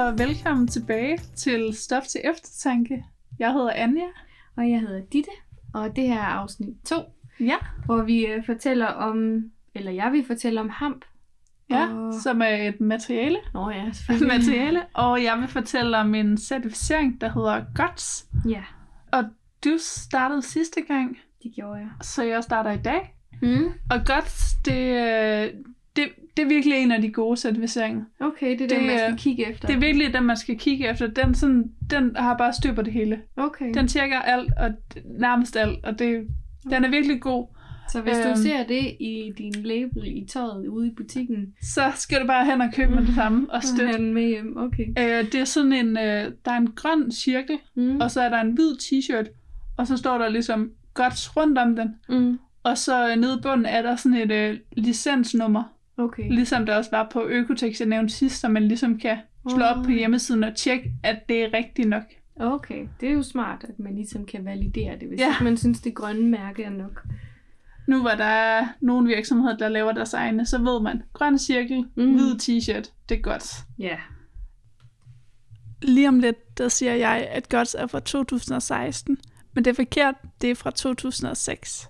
og velkommen tilbage til Stof til Eftertanke. Jeg hedder Anja. Og jeg hedder Ditte, og det her er afsnit 2, Ja. hvor vi fortæller om, eller jeg vil fortælle om hamp. Ja, som er et materiale. Nå ja, selvfølgelig. materiale. Og jeg vil fortælle om en certificering, der hedder GOTS. Ja, Og du startede sidste gang, det gjorde jeg. så jeg starter i dag. Mm. Og GOTS, det er virkelig en af de gode certificeringer. Okay, det er det, man skal kigge efter. Det er virkelig den, man skal kigge efter. Den har bare styr på det hele. Okay. Den tjekker alt, og nærmest alt, og den er virkelig god. Så hvis du ser det i din label i tøjet ude i butikken, Så skal du bare hen og købe med det samme og så støtte. have den med hjem. Okay. Det er sådan en, der er en grøn cirkel, og så er der en hvid t-shirt, og så står der ligesom GOTS rundt om den. Mm. Og så nede i bunden er der sådan et licensnummer, Okay. ligesom der også var på Økotex, jeg nævnte sidst, så man ligesom kan slå op på hjemmesiden og tjekke, at det er rigtigt nok. Okay, det er jo smart, at man ligesom kan validere det, hvis ikke man synes, det grønne mærke er nok. Nu hvor der er nogle virksomheder, der laver deres egne, så ved man, grøn cirkel, hvid t-shirt, det er godt. Ja. Lige om lidt, der siger jeg, at GOTS er fra 2016, men det er forkert, det er fra 2006.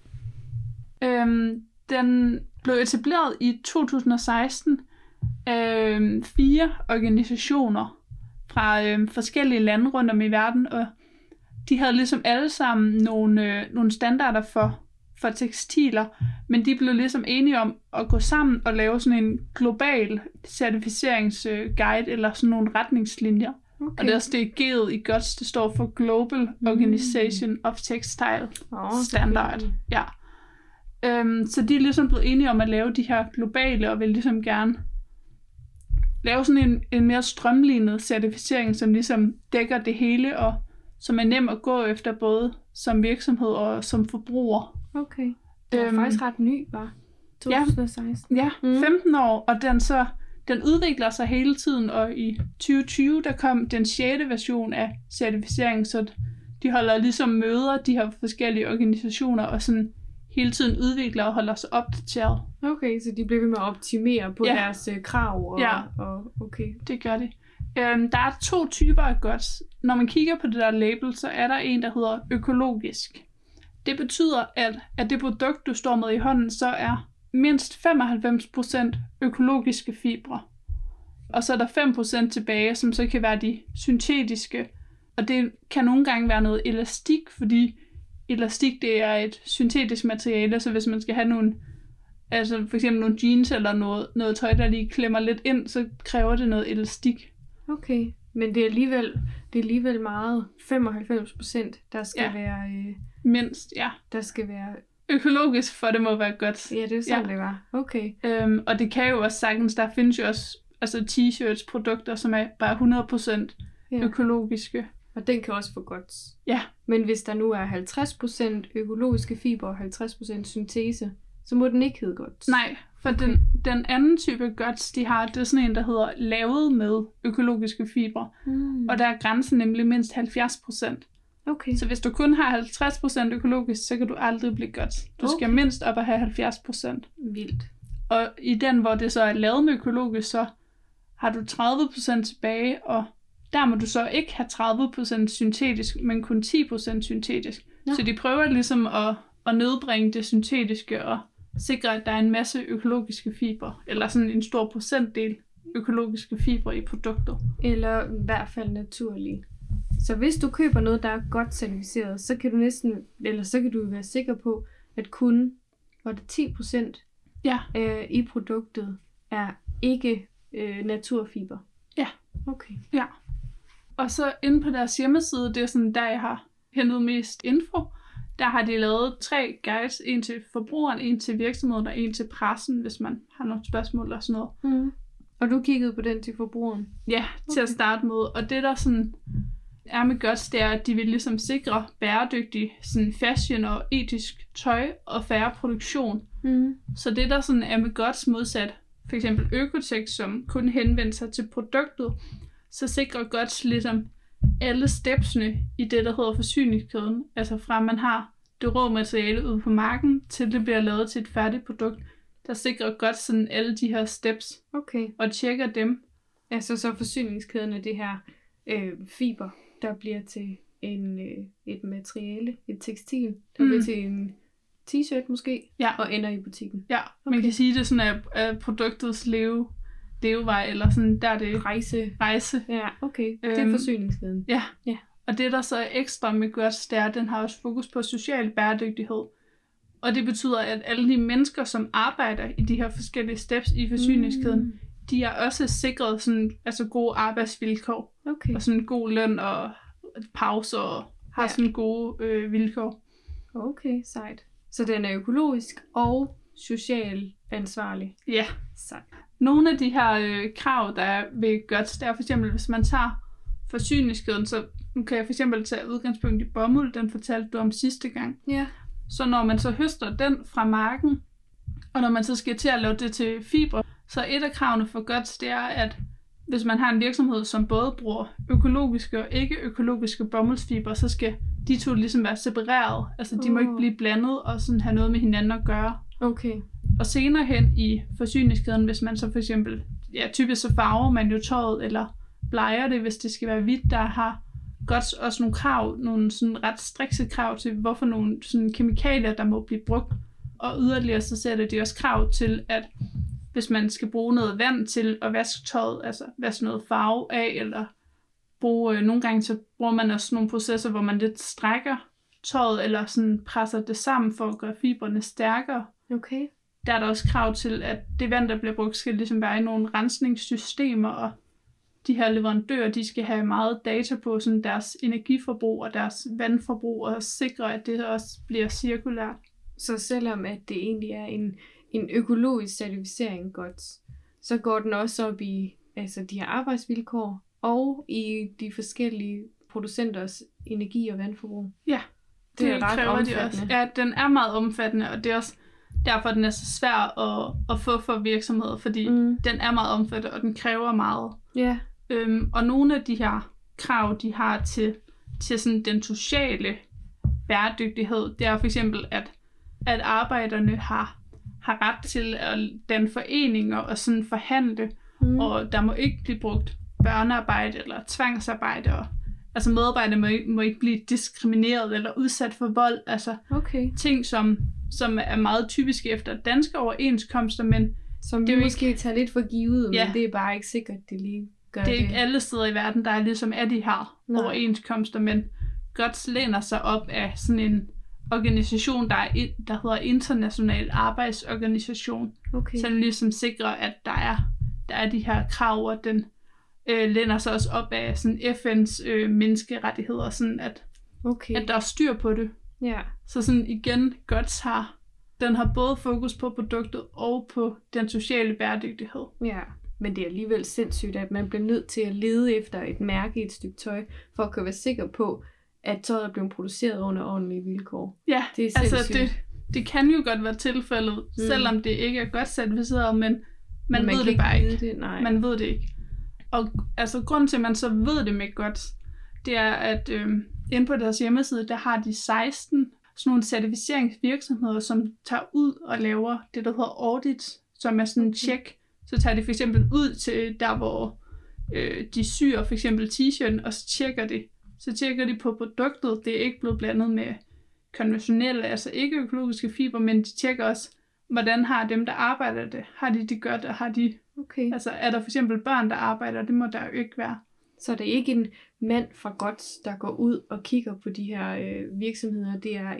Den blev etableret i 2016 af 4 organisationer fra forskellige lande rundt om i verden, og de havde ligesom alle sammen nogle standarder for tekstiler, men de blev ligesom enige om at gå sammen og lave sådan en global certificeringsguide eller sådan nogle retningslinjer. Okay. Og det er også det G'et i GOTS, det står for Global Organization of Textile Standard. Ja. Så de er ligesom blevet enige om at lave de her globale, og vil ligesom gerne lave sådan en mere strømlignet certificering, som ligesom dækker det hele, og som er nem at gå efter, både som virksomhed og som forbruger. Okay. Det var faktisk ret ny, var 2016. Ja, 15 år, og den udvikler sig hele tiden, og i 2020, der kom den 6. version af certificeringen, så de holder ligesom møder, de her forskellige organisationer, og sådan hele tiden udvikler og holder sig opdateret. Okay, så de bliver ved med at optimere på deres krav. Og okay. Det gør de. Der er 2 typer af GOTS. Når man kigger på det der label, så er der en, der hedder økologisk. Det betyder, at det produkt, du står med i hånden, så er mindst 95% økologiske fibre. Og så er der 5% tilbage, som så kan være de syntetiske. Og det kan nogle gange være noget elastik, fordi elastik, det er et syntetisk materiale, så hvis man skal have nogle, altså for eksempel nogle jeans eller noget tøj, der lige klemmer lidt ind, så kræver det noget elastik. Okay, men det er alligevel meget 95%, der skal være... mindst, ja. Der skal være... økologisk, for det må være godt. Ja, det er sådan, det var. Okay. Og det kan jo også sagtens, der findes jo også altså t-shirts, produkter, som er bare 100% økologiske. Og den kan også få godt. Ja. Men hvis der nu er 50% økologiske fiber og 50% syntese, så må den ikke hedde godt. Nej, for den anden type GOTS, de har, det er sådan en, der hedder lavet med økologiske fibre. Og der er grænsen nemlig mindst 70%. Okay. Så hvis du kun har 50% økologisk, så kan du aldrig blive GOTS. Du skal mindst op at have 70%. Vildt. Og i den, hvor det så er lavet med økologisk, så har du 30% tilbage, og der må du så ikke have 30% syntetisk, men kun 10% syntetisk. Ja. Så de prøver ligesom at nedbringe det syntetiske og sikre, at der er en masse økologiske fibre, eller sådan en stor procentdel økologiske fibre i produktet. Eller i hvert fald naturlige. Så hvis du køber noget, der er godt certificeret, så kan du så kan du være sikker på, at kun 10% i produktet er ikke naturfiber. Ja. Okay. Ja. Og så inde på deres hjemmeside, det er sådan, der jeg har hentet mest info, der har de lavet 3 guides, en til forbrugeren, en til virksomheden og en til pressen, hvis man har nogle spørgsmål og sådan noget. Og du kiggede på den til forbrugeren? Ja, til at starte med. Og det der sådan er med GOTS, det er, at de vil ligesom sikre bæredygtig sådan fashion og etisk tøj og færre produktion. Så det der sådan er med GOTS modsat, for eksempel Økotex, som kun henvender sig til produktet, så sikrer GOTS ligesom alle stepsene i det, der hedder forsyningskæden. Altså fra man har det rå materiale ude på marken, til det bliver lavet til et færdigt produkt, der sikrer GOTS sådan alle de her steps. Okay. Og tjekker dem. Altså så forsyningskæden af det her fiber, der bliver til et materiale, et tekstil, der bliver til en t-shirt måske, og ender i butikken. Ja, man kan sige det sådan af produktets levevej, eller sådan der er det rejse. Ja, okay. Det er forsyningskæden. Ja. Og det der så er ekstra med GUTS, det er, at den har også fokus på social bæredygtighed. Og det betyder, at alle de mennesker, som arbejder i de her forskellige steps i forsyningskæden, de er også sikret sådan, altså gode arbejdsvilkår. Okay. Og sådan god løn og pause og har sådan gode vilkår. Okay, sejt. Så den er økologisk og social ansvarlig. Ja. Sejt. Nogle af de her krav, der er ved GUTS, det er for eksempel, hvis man tager forsyningskæden, så nu kan jeg for eksempel tage udgangspunkt i bomuld, den fortalte du om sidste gang. Ja. Så når man så høster den fra marken, og når man så skal til at lave det til fibre, så et af kravene for GUTS, det er, at hvis man har en virksomhed, som både bruger økologiske og ikke-økologiske bomuldsfibre, så skal de to ligesom være separeret. Altså de må ikke blive blandet og sådan have noget med hinanden at gøre. Okay. Og senere hen i forsyningskæden, hvis man så for eksempel, typisk så farver man jo tøjet, eller bleger det, hvis det skal være hvidt, der har GUTS også nogle krav, nogle sådan ret strikse krav til, hvorfor nogle sådan kemikalier, der må blive brugt. Og yderligere så sætter de også krav til, at hvis man skal bruge noget vand til at vaske tøjet, altså vaske noget farve af, eller bruge, nogle gange så bruger man også nogle processer, hvor man lidt strækker tøjet, eller sådan presser det sammen for at gøre fibrene stærkere. Okay. Der er der også krav til, at det vand, der bliver brugt, skal ligesom være i nogle rensningssystemer, og de her leverandører, de skal have meget data på sådan deres energiforbrug og deres vandforbrug, og sikre, at det også bliver cirkulært. Så selvom at det egentlig er en økologisk certificering GUTS, så går den også op i altså de her arbejdsvilkår og i de forskellige producenters energi- og vandforbrug. Ja, det er ret omfattende. Også. Ja, den er meget omfattende, og det er også derfor, den er så svær at få for virksomheder, fordi den er meget omfattende, og den kræver meget. Ja. Og nogle af de her krav, de har til sådan den sociale bæredygtighed, det er for eksempel, at arbejderne har ret til at danne foreninger og sådan forhandle, og der må ikke blive brugt børnearbejde eller tvangsarbejde, og altså medarbejdere må ikke blive diskrimineret eller udsat for vold, altså ting, som er meget typiske efter danske overenskomster, men som det måske ikke tager lidt for givet, men det er bare ikke sikkert, det lige gør det. Det er ikke alle steder i verden, der er ligesom er de her overenskomster, men GUTS læner sig op af sådan en organisation, der hedder International Arbejdsorganisation. Okay. Så den ligesom sikrer, at der er de her krav, og den læner sig også op af sådan FN's menneskerettigheder, sådan at der er styr på det. Ja. Så sådan igen, GUTS har både fokus på produktet og på den sociale bæredygtighed. Ja, men det er alligevel sindssygt, at man bliver nødt til at lede efter et mærke i et stykke tøj, for at kunne være sikker på, at tøjet er blevet produceret under ordentlige vilkår. Ja, det er altså det kan jo godt være tilfældet, selvom det ikke er godt certificeret, men man ved det bare ikke. Man ved det ikke. Og altså grunden til, at man så ved det med GUTS, det er, at inde på deres hjemmeside, der har de 16 sådan nogle certificeringsvirksomheder, som tager ud og laver det, der hedder audit, som er sådan en check. Så tager de for eksempel ud til der, hvor de syr for eksempel t-shirten, og så tjekker de. Så tjekker de på produktet. Det er ikke blevet blandet med konventionelle, altså ikke økologiske fiber, men de tjekker også, hvordan har dem, der arbejder det. Har de det godt, og har de... Altså er der for eksempel børn, der arbejder, det må der jo ikke være. Så det er ikke en mand fra GUTS, der går ud og kigger på de her virksomheder. Det er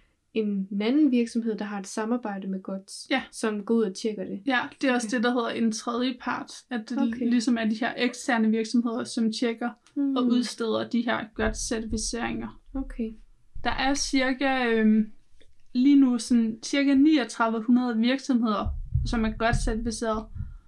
en anden virksomhed, der har et samarbejde med GUTS, som går ud og tjekker det. Ja, det er også det, der hedder en tredje part. At det ligesom er de her eksterne virksomheder, som tjekker og udsteder de her GUTS-certificeringer. Okay. Der er cirka lige nu sådan cirka 3900 virksomheder, som er GUTS-certificeret.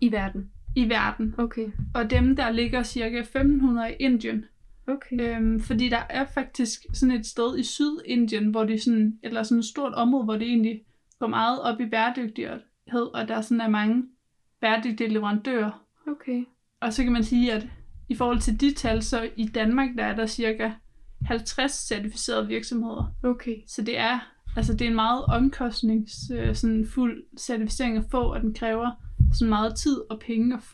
I verden. Okay. Og dem, der ligger cirka 1500 i Indien. Okay. Fordi der er faktisk sådan et sted i Sydindien, hvor det sådan, eller sådan et stort område, hvor det egentlig går meget op i bæredygtighed, og der sådan er mange bæredygtige leverandører. Okay. Og så kan man sige, at i forhold til de tal, så i Danmark, der er der cirka 50 certificerede virksomheder. Okay. Så det er en meget omkostningsfuld certificering at få, og den kræver sådan meget tid og penge at få.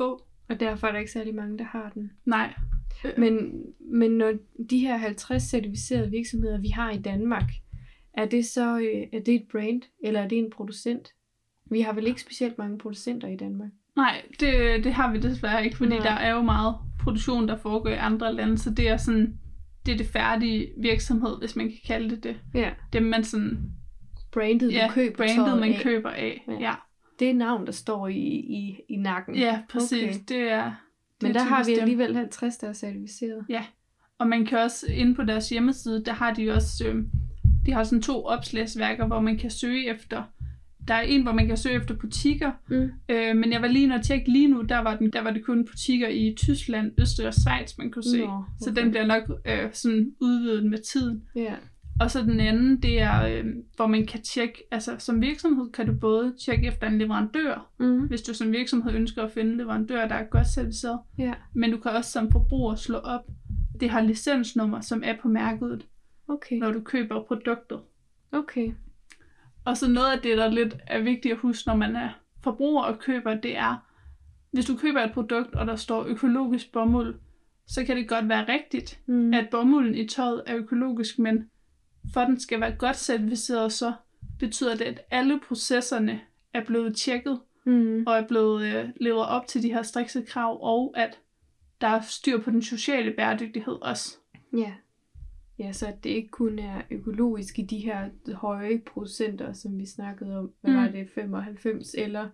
Og derfor er der ikke særlig mange, der har den. Nej. Men når de her 50 certificerede virksomheder, vi har i Danmark, er det så er det et brand, eller er det en producent? Vi har vel ikke specielt mange producenter i Danmark? Nej, det har vi desværre ikke, fordi der er jo meget produktion, der foregår i andre lande, så det er sådan, det er det færdige virksomhed, hvis man kan kalde det det. Ja. Det man sådan... Brandet, du køber brandet, man af. køber af. Ja. Det er navn, der står i nakken. Ja, præcis. Okay. Det er men der har vi alligevel 50, der er certificeret. Ja, og man kan også, inde på deres hjemmeside, der har de også, de har sådan 2 opslagsværker, hvor man kan søge efter. Der er en, hvor man kan søge efter butikker, men jeg var lige inde og tjekke lige nu, der var det kun butikker i Tyskland, Østrig og Schweiz, man kunne se. Okay. Så den bliver nok sådan udvidet med tiden. Yeah. Og så den anden, det er, hvor man kan tjekke, altså som virksomhed kan du både tjekke efter en leverandør, hvis du som virksomhed ønsker at finde en leverandør, der er godt certificeret. Yeah. Men du kan også som forbruger slå op, det har licensnummer, som er på mærket, når du køber produktet. Okay. Og så noget af det, der lidt er vigtigt at huske, når man er forbruger og køber, det er, hvis du køber et produkt, og der står økologisk bomuld, så kan det godt være rigtigt, at bomulden i tøjet er økologisk, men for at den skal være godt certificeret, så betyder det, at alle processerne er blevet tjekket, og er blevet levet op til de her strikse krav, og at der er styr på den sociale bæredygtighed også. Ja. Ja, så at det ikke kun er økologisk i de her høje procenter, som vi snakkede om. Hvad var det? 95 eller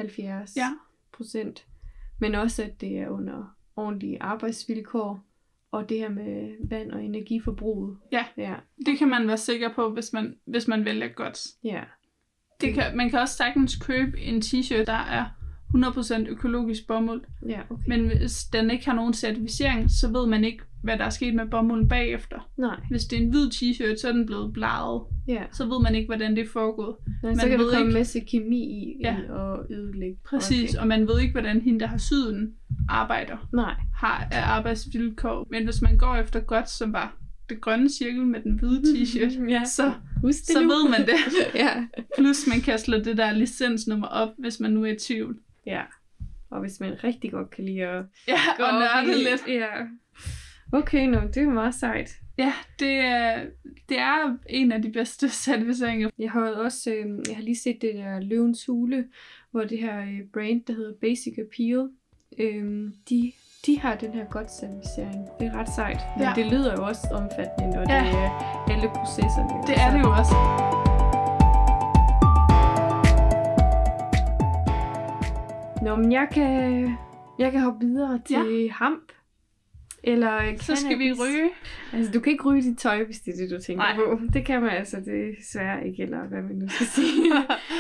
70%. Men også, at det er under ordentlige arbejdsvilkår. Og det her med vand- og energiforbruget. Ja, det kan man være sikker på, hvis man vælger godt. Ja. Man kan også sagtens købe en t-shirt, der er 100% økologisk bomuld. Ja, okay. Men hvis den ikke har nogen certificering, så ved man ikke, hvad der er sket med bomulden bagefter. Nej. Hvis det er en hvid t-shirt, så er den blevet bleget. Ja. Så ved man ikke, hvordan det er foregået. Ja, så kan der komme en masse kemi i og ødelægge. Præcis, og man ved ikke, hvordan hende, der har syet den, arbejder. Nej. Har arbejdsvilkår. Men hvis man går efter godt, som var det grønne cirkel med den hvide t-shirt, så ved man det. Ja. Plus man kan slå det der licensnummer op, hvis man nu er i tvivl. Ja, og hvis man rigtig godt kan lide at gå og nørde lidt. Ja. Okay, det er meget sejt. Ja, det er en af de bedste certificeringer. Jeg har lige set det der Løvens Hule, hvor det her brand, der hedder Basic Appeal, de har den her godt certificering. Det er ret sejt, men det lyder jo også omfattende, når det er alle processerne. Det er det jo også. Nå, men jeg kan hoppe videre til hamp. Eller cannabis. Så skal vi ryge. Altså, du kan ikke ryge dit tøj, hvis det er det, du tænker på. Det kan man altså desværre ikke, eller hvad man nu skal sige.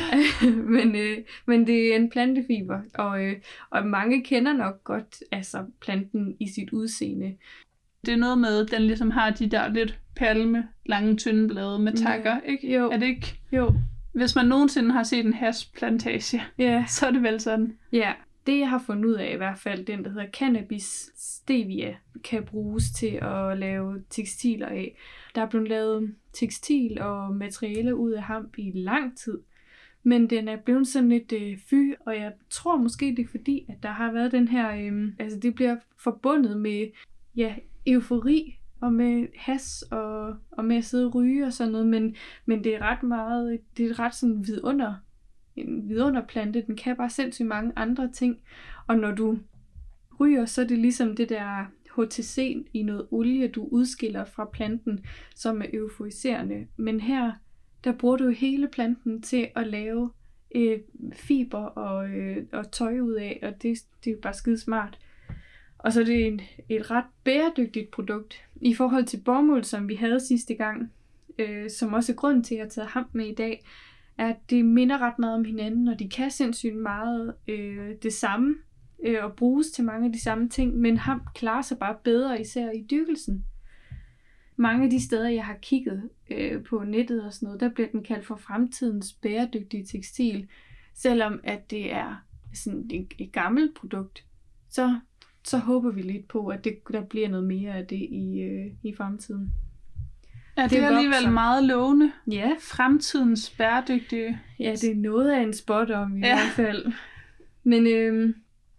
men det er en plantefiber, og mange kender nok godt altså planten i sit udseende. Det er noget med, at den ligesom har de der lidt palme, lange, tynde blade med takker, ikke? Jo. Er det ikke? Jo. Hvis man nogensinde har set en hashplantage, så er det vel sådan. Ja. Det jeg har fundet ud af i hvert fald, den der hedder cannabis stevia, kan bruges til at lave tekstiler af. Der er blevet lavet tekstil og materialer ud af hamp i lang tid, men den er blevet sådan lidt fy, og jeg tror måske det er fordi, at der har været den her, altså det bliver forbundet med eufori og med has og med at sidde og ryge og sådan noget, men det er ret meget, det er ret sådan en vidunderplante, den kan bare sindssygt mange andre ting, og når du ryger, så er det ligesom det der HTC i noget olie, du udskiller fra planten, som er euforiserende, men her, der bruger du hele planten til at lave fiber og tøj ud af, og det er bare skide smart. Og så er det et ret bæredygtigt produkt i forhold til bomuld, som vi havde sidste gang, som også er grund til, at jeg har taget hamp med i dag, at det minder ret meget om hinanden, og de kan sindssygt meget det samme, og bruges til mange af de samme ting, men hamp klarer sig bare bedre, især i dyrkelsen. Mange af de steder, jeg har kigget på nettet og sådan noget, der bliver den kaldt for fremtidens bæredygtige tekstil, selvom at det er sådan et gammelt produkt, så håber vi lidt på, at der bliver noget mere af det i fremtiden. Ja, det er alligevel meget lovende. Ja. Fremtidens bæredygtige. Ja, det er noget af en spot om i hvert fald. Men det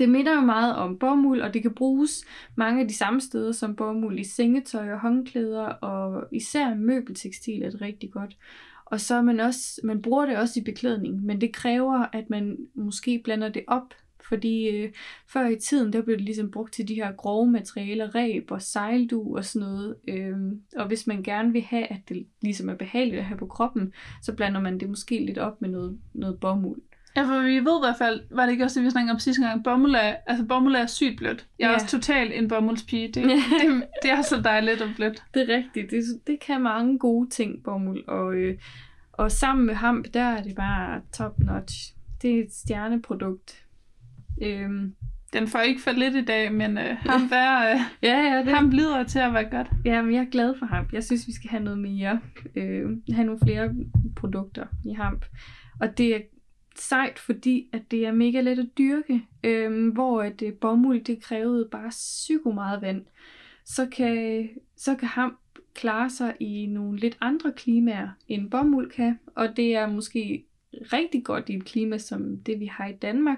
Det minder jo meget om bomuld, og det kan bruges mange af de samme steder som bomuld i sengetøj og håndklæder, og især møbeltekstil er det rigtig godt. Og så er man bruger det også i beklædning, men det kræver, at man måske blander det op, fordi før i tiden, der blev det ligesom brugt til de her grove materialer, reb og sejldug og sådan noget. Og hvis man gerne vil have, at det ligesom er behageligt at have på kroppen, så blander man det måske lidt op med noget bomuld. Ja, for vi ved i hvert fald, var det ikke også det, vi snakkede om sidste gang, bomuld er sygt blødt. Jeg er også totalt en bomuldspige. Det er så dejligt og blødt. Det er rigtigt. Det kan mange gode ting, bomuld. Og sammen med hamp, der er det bare top notch. Det er et stjerneprodukt. Den får ikke for lidt i dag, men hamp er... hamp lider til at være godt. Ja, men jeg er glad for hamp. Jeg synes, vi skal have noget mere. Have nogle flere produkter i hamp. Og det er sejt, fordi at det er mega let at dyrke, hvor at bomuld, det krævede bare psyko meget vand. Så kan hamp klare sig i nogle lidt andre klimaer, end bomuld kan, og det er måske rigtig godt i et klima som det, vi har i Danmark,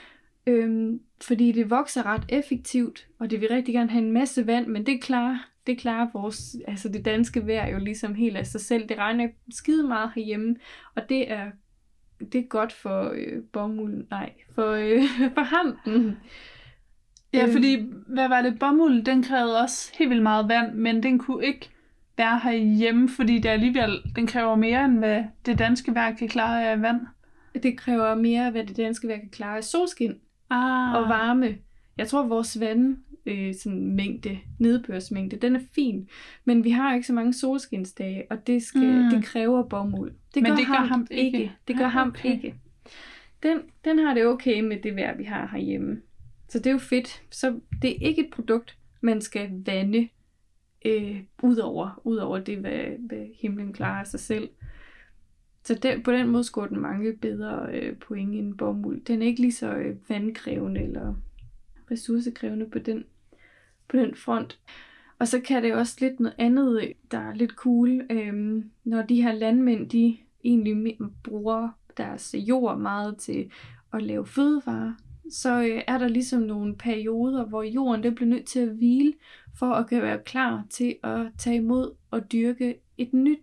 fordi det vokser ret effektivt, og det vil rigtig gerne have en masse vand, men det klarer vores, altså det danske vejr jo ligesom helt af sig selv. Det regner skide meget herhjemme, og det er godt for bomuld, for hampen. Ja, fordi, hvad var det, bomuld, den krævede også helt vildt meget vand, men den kunne ikke være herhjemme, fordi det alligevel, den kræver mere, end hvad det danske vejr kan klare af vand. Det kræver mere, hvad det danske vejr kan klare af solskin og varme. Jeg tror, vores sådan mængde, nedbørsmængde, den er fin, men vi har ikke så mange solskinsdage, og det kræver bomuld. Det gør hamp ikke. Det gør hamp ikke. Den har det okay med det vejr, vi har herhjemme. Så det er jo fedt. Så det er ikke et produkt, man skal vande ud over det, hvad himlen klarer af sig selv. Så på den måde scorer den mange bedre point end bomuld. Den er ikke lige så vandkrævende eller ressourcekrævende på den front. Og så kan det også lidt noget andet, der er lidt cool, når de her landmænd, de egentlig bruger deres jord meget til at lave fødevarer, så er der ligesom nogle perioder, hvor jorden det bliver nødt til at hvile, for at kan være klar til at tage imod og dyrke en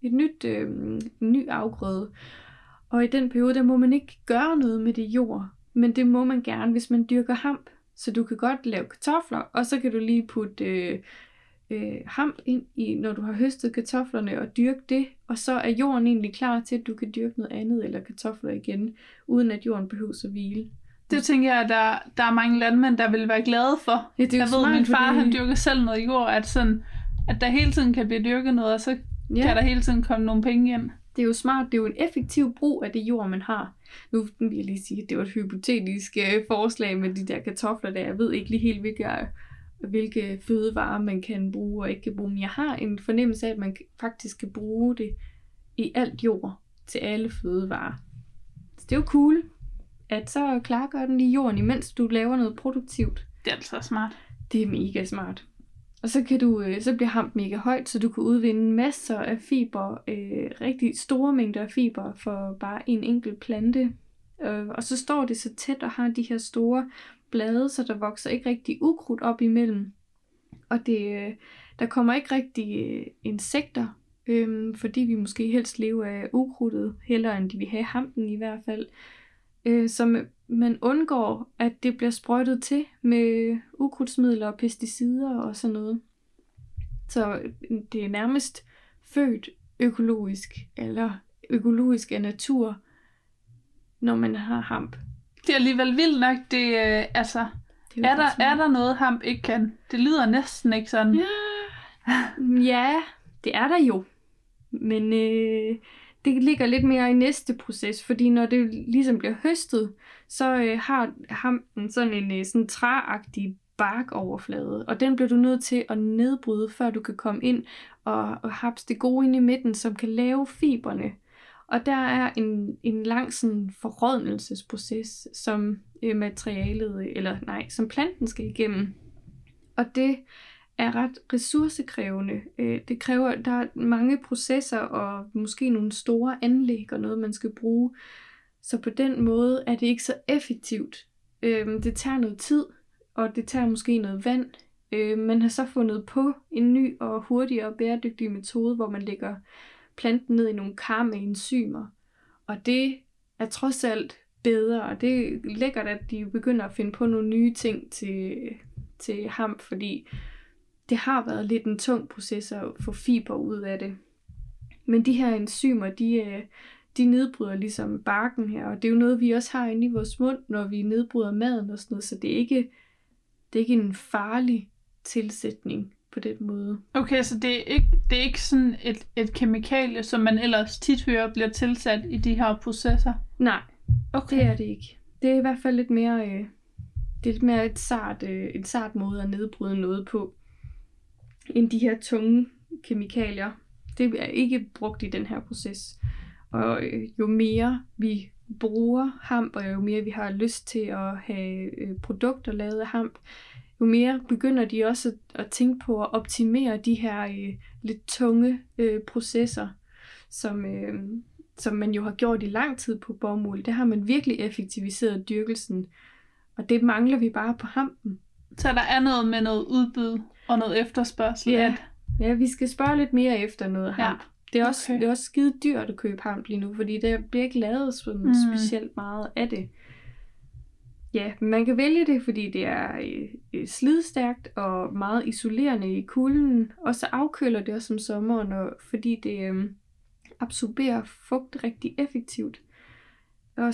ny afgrøde. Og i den periode, der må man ikke gøre noget med det jord, men det må man gerne, hvis man dyrker hamp. Så du kan godt lave kartofler, og så kan du lige putte hamp ind i, når du har høstet kartoflerne, og dyrke det, og så er jorden egentlig klar til, at du kan dyrke noget andet, eller kartofler igen, uden at jorden behøver at hvile. Det tænker jeg, at der er mange landmænd, der vil være glade for. Ja, det er jeg ved, min far han dyrker selv noget jord, at der hele tiden kan blive dyrket noget, og så kan der hele tiden komme nogle penge ind. Det er jo smart, det er jo en effektiv brug af det jord, man har. Nu vil jeg lige sige, at det var et hypotetisk forslag med de der kartofler der. Jeg ved ikke lige helt, hvilke fødevarer man kan bruge og ikke kan bruge. Men jeg har en fornemmelse af, at man faktisk kan bruge det i alt jord til alle fødevarer. Så det er jo cool, at så klargør den lige jorden, imens du laver noget produktivt. Det er altså smart. Det er mega smart. Og så så bliver hamp mega højt, så du kan udvinde masser af fiber, rigtig store mængder af fiber for bare en enkelt plante. Og så står det så tæt og har de her store blade, så der vokser ikke rigtig ukrudt op imellem. Og der kommer ikke rigtig insekter, fordi vi måske helst lever af ukrudtet, hellere end de vil have hampen i hvert fald. Så man undgår, at det bliver sprøjtet til med ukrudtsmidler og pesticider og sådan noget. Så det er nærmest født økologisk, eller økologisk af natur, når man har hamp. Det er alligevel vildt nok, er der noget hamp ikke kan? Det lyder næsten ikke sådan. Ja, det er der jo. Men det ligger lidt mere i næste proces, fordi når det ligesom bliver høstet, så har hampen sådan en sådan træagtig barkoverflade, og den bliver du nødt til at nedbryde, før du kan komme ind og hapse det gode ind i midten, som kan lave fiberne. Og der er en lang sådan forrådnelsesproces, som som planten skal igennem. Og det er ret ressourcekrævende. Det kræver, der er mange processer og måske nogle store anlæg og noget, man skal bruge. Så på den måde er det ikke så effektivt Det tager noget tid, og det tager måske noget vand. Man har så fundet på en ny og hurtigere og bæredygtig metode, hvor man lægger planten ned i nogle kar med enzymer. Og det er trods alt bedre, og det er lækkert, at de begynder at finde på nogle nye ting til hamp, fordi det har været lidt en tung proces at få fiber ud af det. Men de her enzymer, de nedbryder ligesom barken her, og det er jo noget, vi også har inde i vores mund, når vi nedbryder maden og sådan noget, så det er ikke en farlig tilsætning på den måde. Okay, så det er ikke sådan et kemikalie, som man ellers tit hører bliver tilsat i de her processer? Nej, okay. Det er det ikke. Det er i hvert fald lidt mere et sart måde at nedbryde noget på, end de her tunge kemikalier. Det er ikke brugt i den her proces. Og jo mere vi bruger hamp, og jo mere vi har lyst til at have produkter lavet af hamp, jo mere begynder de også at tænke på at optimere de her lidt tunge processer, som man jo har gjort i lang tid på bomuld. Det har man virkelig effektiviseret dyrkelsen, og det mangler vi bare på hampen. Så der er noget med noget udbud og noget efterspørgsel? Ja, vi skal spørge lidt mere efter noget hamp. Ja. Det er også skide dyrt at købe hamp lige nu, fordi der bliver ikke lavet sådan specielt meget af det. Ja, man kan vælge det, fordi det er slidstærkt og meget isolerende i kulden, og så afkøler det også om sommeren, fordi det absorberer fugt rigtig effektivt. Og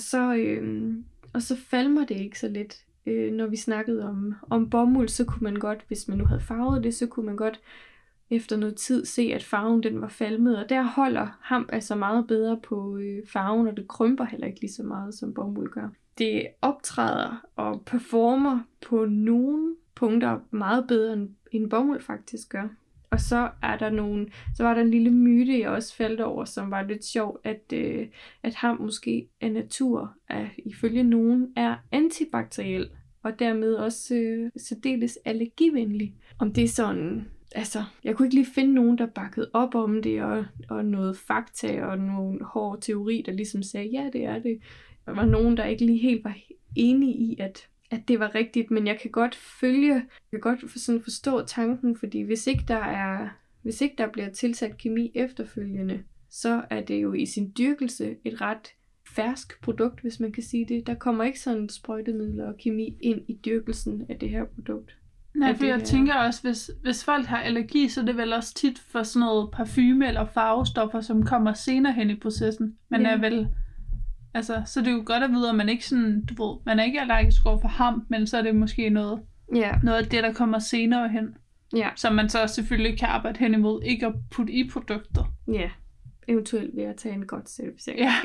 så falmer det ikke så let. Når vi snakkede om bomuld, så kunne man godt, hvis man nu havde farvet det, så kunne man godt efter noget tid se, at farven den var falmet, og der holder hamp altså meget bedre på farven, og det krymper heller ikke lige så meget, som bomuld gør. Det optræder og performer på nogle punkter meget bedre, end bomuld faktisk gør. Og så var der en lille myte, jeg også faldt over, som var lidt sjov, at hamp måske af natur, ifølge nogen, er antibakteriel, og dermed også særdeles allergivenlig. Om det er sådan, altså, jeg kunne ikke lige finde nogen, der bakkede op om det, og noget fakta og nogle hårde teori, der ligesom sagde, ja, det er det. Der var nogen, der ikke lige helt var enige i, at det var rigtigt, men jeg kan godt forstå tanken, fordi hvis ikke der bliver tilsat kemi efterfølgende, så er det jo i sin dyrkelse et ret fersk produkt, hvis man kan sige det. Der kommer ikke sådan sprøjtemidler og kemi ind i dyrkelsen af det her produkt. Nej, for jeg tænker også, hvis folk har allergi, så er det vel også tit for sådan noget parfume eller farvestoffer, som kommer senere hen i processen. Man er vel, altså, så det er jo godt at vide, at man ikke sådan, du ved, man er ikke allergisk over for hamp, men så er det måske noget af det, der kommer senere hen. Ja. Som man så selvfølgelig kan arbejde hen imod, ikke at putte i produkter. Ja, eventuelt ved at tage en godt certificering. Ja.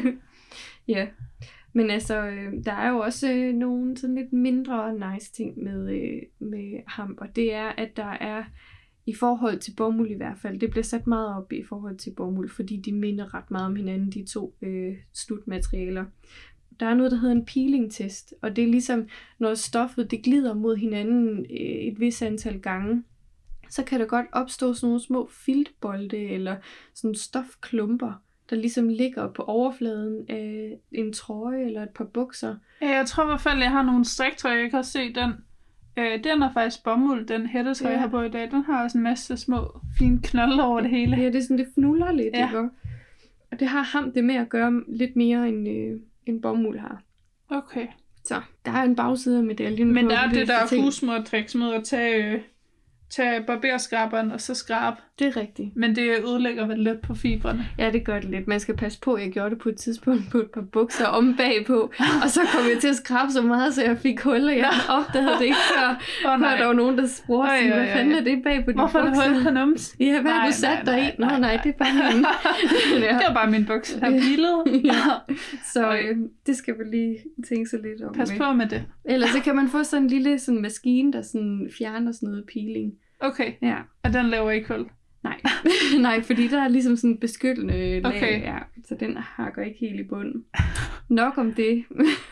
Ja. Men altså, der er jo også nogle sådan lidt mindre nice ting med hamp, og det er, at der er i forhold til bomuld i hvert fald, det bliver sat meget op i forhold til bomuld, fordi de minder ret meget om hinanden, de to slutmaterialer. Der er noget, der hedder en peeling-test, og det er ligesom, når stoffet det glider mod hinanden et vis antal gange, så kan der godt opstå sådan nogle små filtbolde eller sådan stofklumper, der ligesom ligger på overfladen af en trøje eller et par bukser. Jeg tror i hvert fald, jeg har nogle striktrøjer, jeg kan også se den. Den er faktisk bomuld, den hættetrøje, jeg har på i dag. Den har også en masse små fine knolde over det hele. Ja, det er sådan, det fnuller lidt, ikke? Og det har hamp det med at gøre lidt mere, end bomuld har. Okay. Så, der er en bagside af medaljen. Men der er det der husmortricks med at tage barberskraberen og så skrabe. Det er rigtigt. Men det ødelægger vel lidt på fibrene. Ja, det gør det lidt. Man skal passe på. Jeg gjorde det på et tidspunkt på et par bukser om bagpå. Og så kom jeg til at skrabe så meget, så jeg fik huller. Jeg opdagede det ikke før. Før der var nogen, der spurgte, hvad fanden er det bag på de bukser? Hvorfor er det hul på nums? Ja, hvad har du sat dig i? Nej, det er bare min. Det var bare min bukser, der bilede. Så det skal vi lige tænke sig lidt om. Pas på med det. Ellers så kan man få sådan en lille sådan maskine, der sådan fjerner sådan noget peeling. Okay, ja. Og den laver ikke hul? Nej. Nej, fordi der er ligesom sådan en beskyttende lag, så den hakker ikke helt i bunden. Nok om det.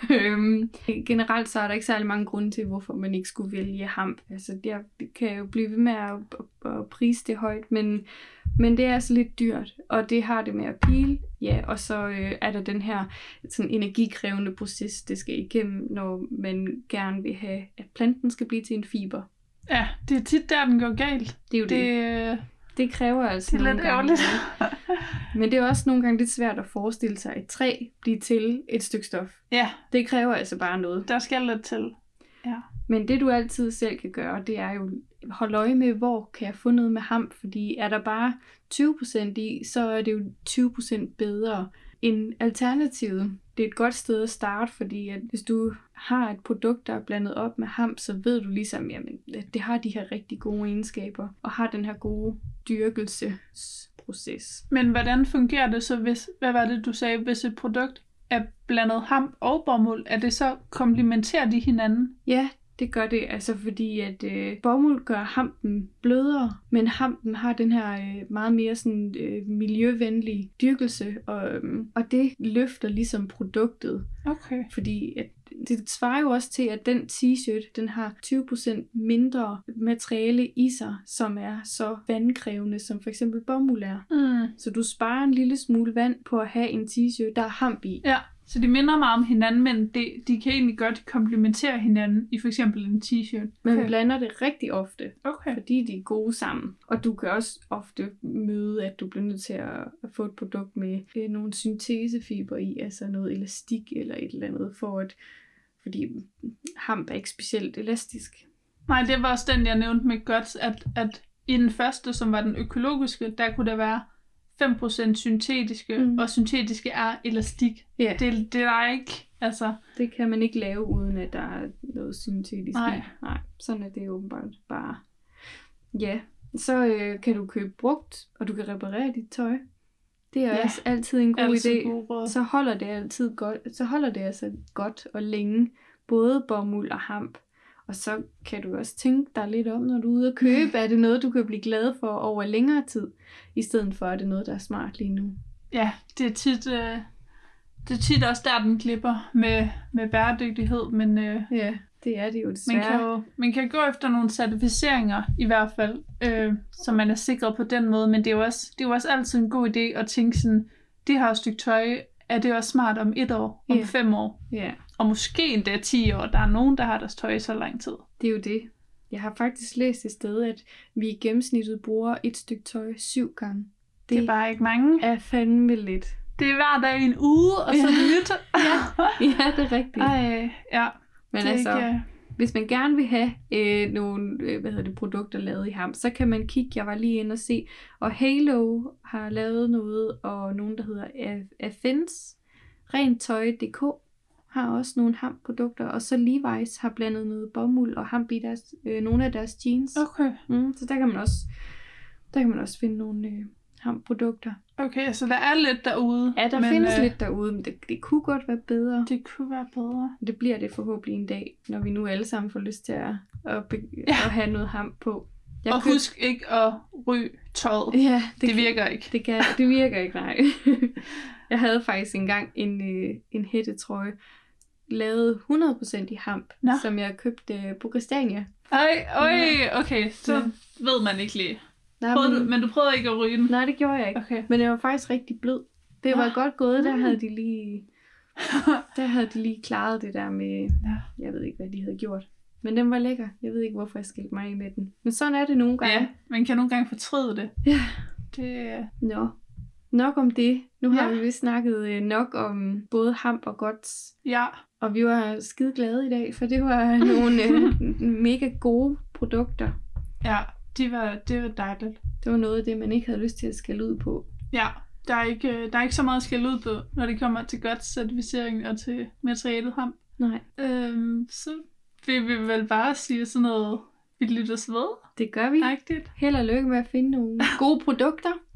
Generelt så er der ikke særlig mange grunde til, hvorfor man ikke skulle vælge hamp. Altså, jeg kan jo blive ved med at prise det højt, men det er altså lidt dyrt, og det har det med at pile. Ja, og så er der den her sådan energikrævende proces, det skal igennem, når man gerne vil have, at planten skal blive til en fiber. Ja, det er tit der, den går galt. Det er jo det. Det kræver altså det er lidt ærgerligt. Men det er også nogle gange lidt svært at forestille sig et træ blive til et stykke stof. Ja. Det kræver altså bare noget. Der skal lidt til. Ja. Men det du altid selv kan gøre, det er jo holde øje med, hvor kan jeg få noget med hamp. Fordi er der bare 20% i, så er det jo 20% bedre end alternativet. Det er et godt sted at starte, fordi at hvis du har et produkt, der er blandet op med hamp, så ved du ligesom, jamen, det har de her rigtig gode egenskaber, og har den her gode dyrkelsesproces. Men hvordan fungerer det så, hvad var det, du sagde, hvis et produkt er blandet hamp og bomuld, er det så komplementerer de hinanden? Ja, det gør det, altså fordi at bomuld gør hampen blødere, men hampen har den her meget mere sådan miljøvenlige dyrkelse, og det løfter ligesom produktet. Okay. Fordi at det svarer jo også til, at den t-shirt, den har 20% mindre materiale i sig, som er så vandkrævende, som for eksempel bomuld er. Så du sparer en lille smule vand på at have en t-shirt, der er hamp i. Ja, så de minder meget om hinanden, men de kan egentlig godt komplementere hinanden i for eksempel en t-shirt. Man blander det rigtig ofte, okay. Fordi de er gode sammen. Og du kan også ofte møde, at du bliver nødt til at få et produkt med nogle syntesefiber i, altså noget elastik eller et eller andet, fordi hamp er ikke specielt elastisk. Nej, det var også den, jeg nævnte med Guts, at i den første, som var den økologiske, der kunne der være 5% syntetiske, og syntetiske er elastik. Yeah. Det er ikke, altså... Det kan man ikke lave, uden at der er noget syntetisk Nej. i. Nej, sådan er det åbenbart bare. Ja, så kan du købe brugt, og du kan reparere dit tøj. Det er også altid en god idé. Så holder det altid godt. Så holder det altså godt og længe, både bomuld og hamp. Og så kan du også tænke dig lidt om, når du er ude at købe. Er det noget, du kan blive glad for over længere tid, i stedet for, at det er noget, der er smart lige nu? Ja, det er tit også der, den klipper med bæredygtighed. Men, ja, det er det jo desværre. Man kan gå efter nogle certificeringer i hvert fald, så man er sikret på den måde. Men det er jo også altid en god idé at tænke sådan, det her stykke tøj, er det også smart om 1 år, om 5 år? Ja. Og måske endda 10 år. Der er nogen, der har deres tøj i så lang tid. Det er jo det. Jeg har faktisk læst et sted, at vi i gennemsnittet bruger et stykke tøj 7 gange. Det er bare ikke mange. Er fandme lidt. Det er hver dag i en uge, og så nyt. Ja, det er rigtigt. Ej, ja. Men altså, hvis man gerne vil have nogle produkter lavet i hamp, så kan man kigge. Jeg var lige inde og se, og Halo har lavet noget, og nogen, der hedder Afens, Rentøj.dk har også nogle hamp-produkter, og så Levi's har blandet noget bomuld og hamp i nogle af deres jeans. Okay. Så der kan man også finde nogle hamp-produkter. Okay, så der er lidt derude. Ja, der findes lidt derude, men det kunne godt være bedre. Det kunne være bedre. Det bliver det forhåbentlig en dag, når vi nu alle sammen får lyst til at have noget hamp på. Husk ikke at ryge tøjet. Ja, det virker ikke. Det virker ikke, nej. Jeg havde faktisk engang en hættetrøje, lavet 100% i hamp, som jeg købte på Christiania. Okay, så ved man ikke lige. Nej, men du prøvede ikke at ryge den? Nej, det gjorde jeg ikke. Okay. Men det var faktisk rigtig blød. Det var godt gået, der havde de lige klaret det der med, jeg ved ikke, hvad de havde gjort. Men den var lækker. Jeg ved ikke, hvorfor jeg skilte mig af med den. Men sådan er det nogle gange. Ja, man kan nogle gange fortryde det. Ja. Nok om det. Nu har vi vist snakket nok om både hamp og Guts. Ja. Og vi var skide glade i dag, for det var nogle mega gode produkter. Ja, det var dejligt. Det var noget af det, man ikke havde lyst til at skælde ud på. Ja, der er ikke så meget at skælde ud på, når det kommer til Guts certificering og til materialet hamp. Nej. Så vil vi vel bare sige sådan noget, vi lytter ved. Det gør vi. Rigtigt. Held og lykke med at finde nogle gode produkter.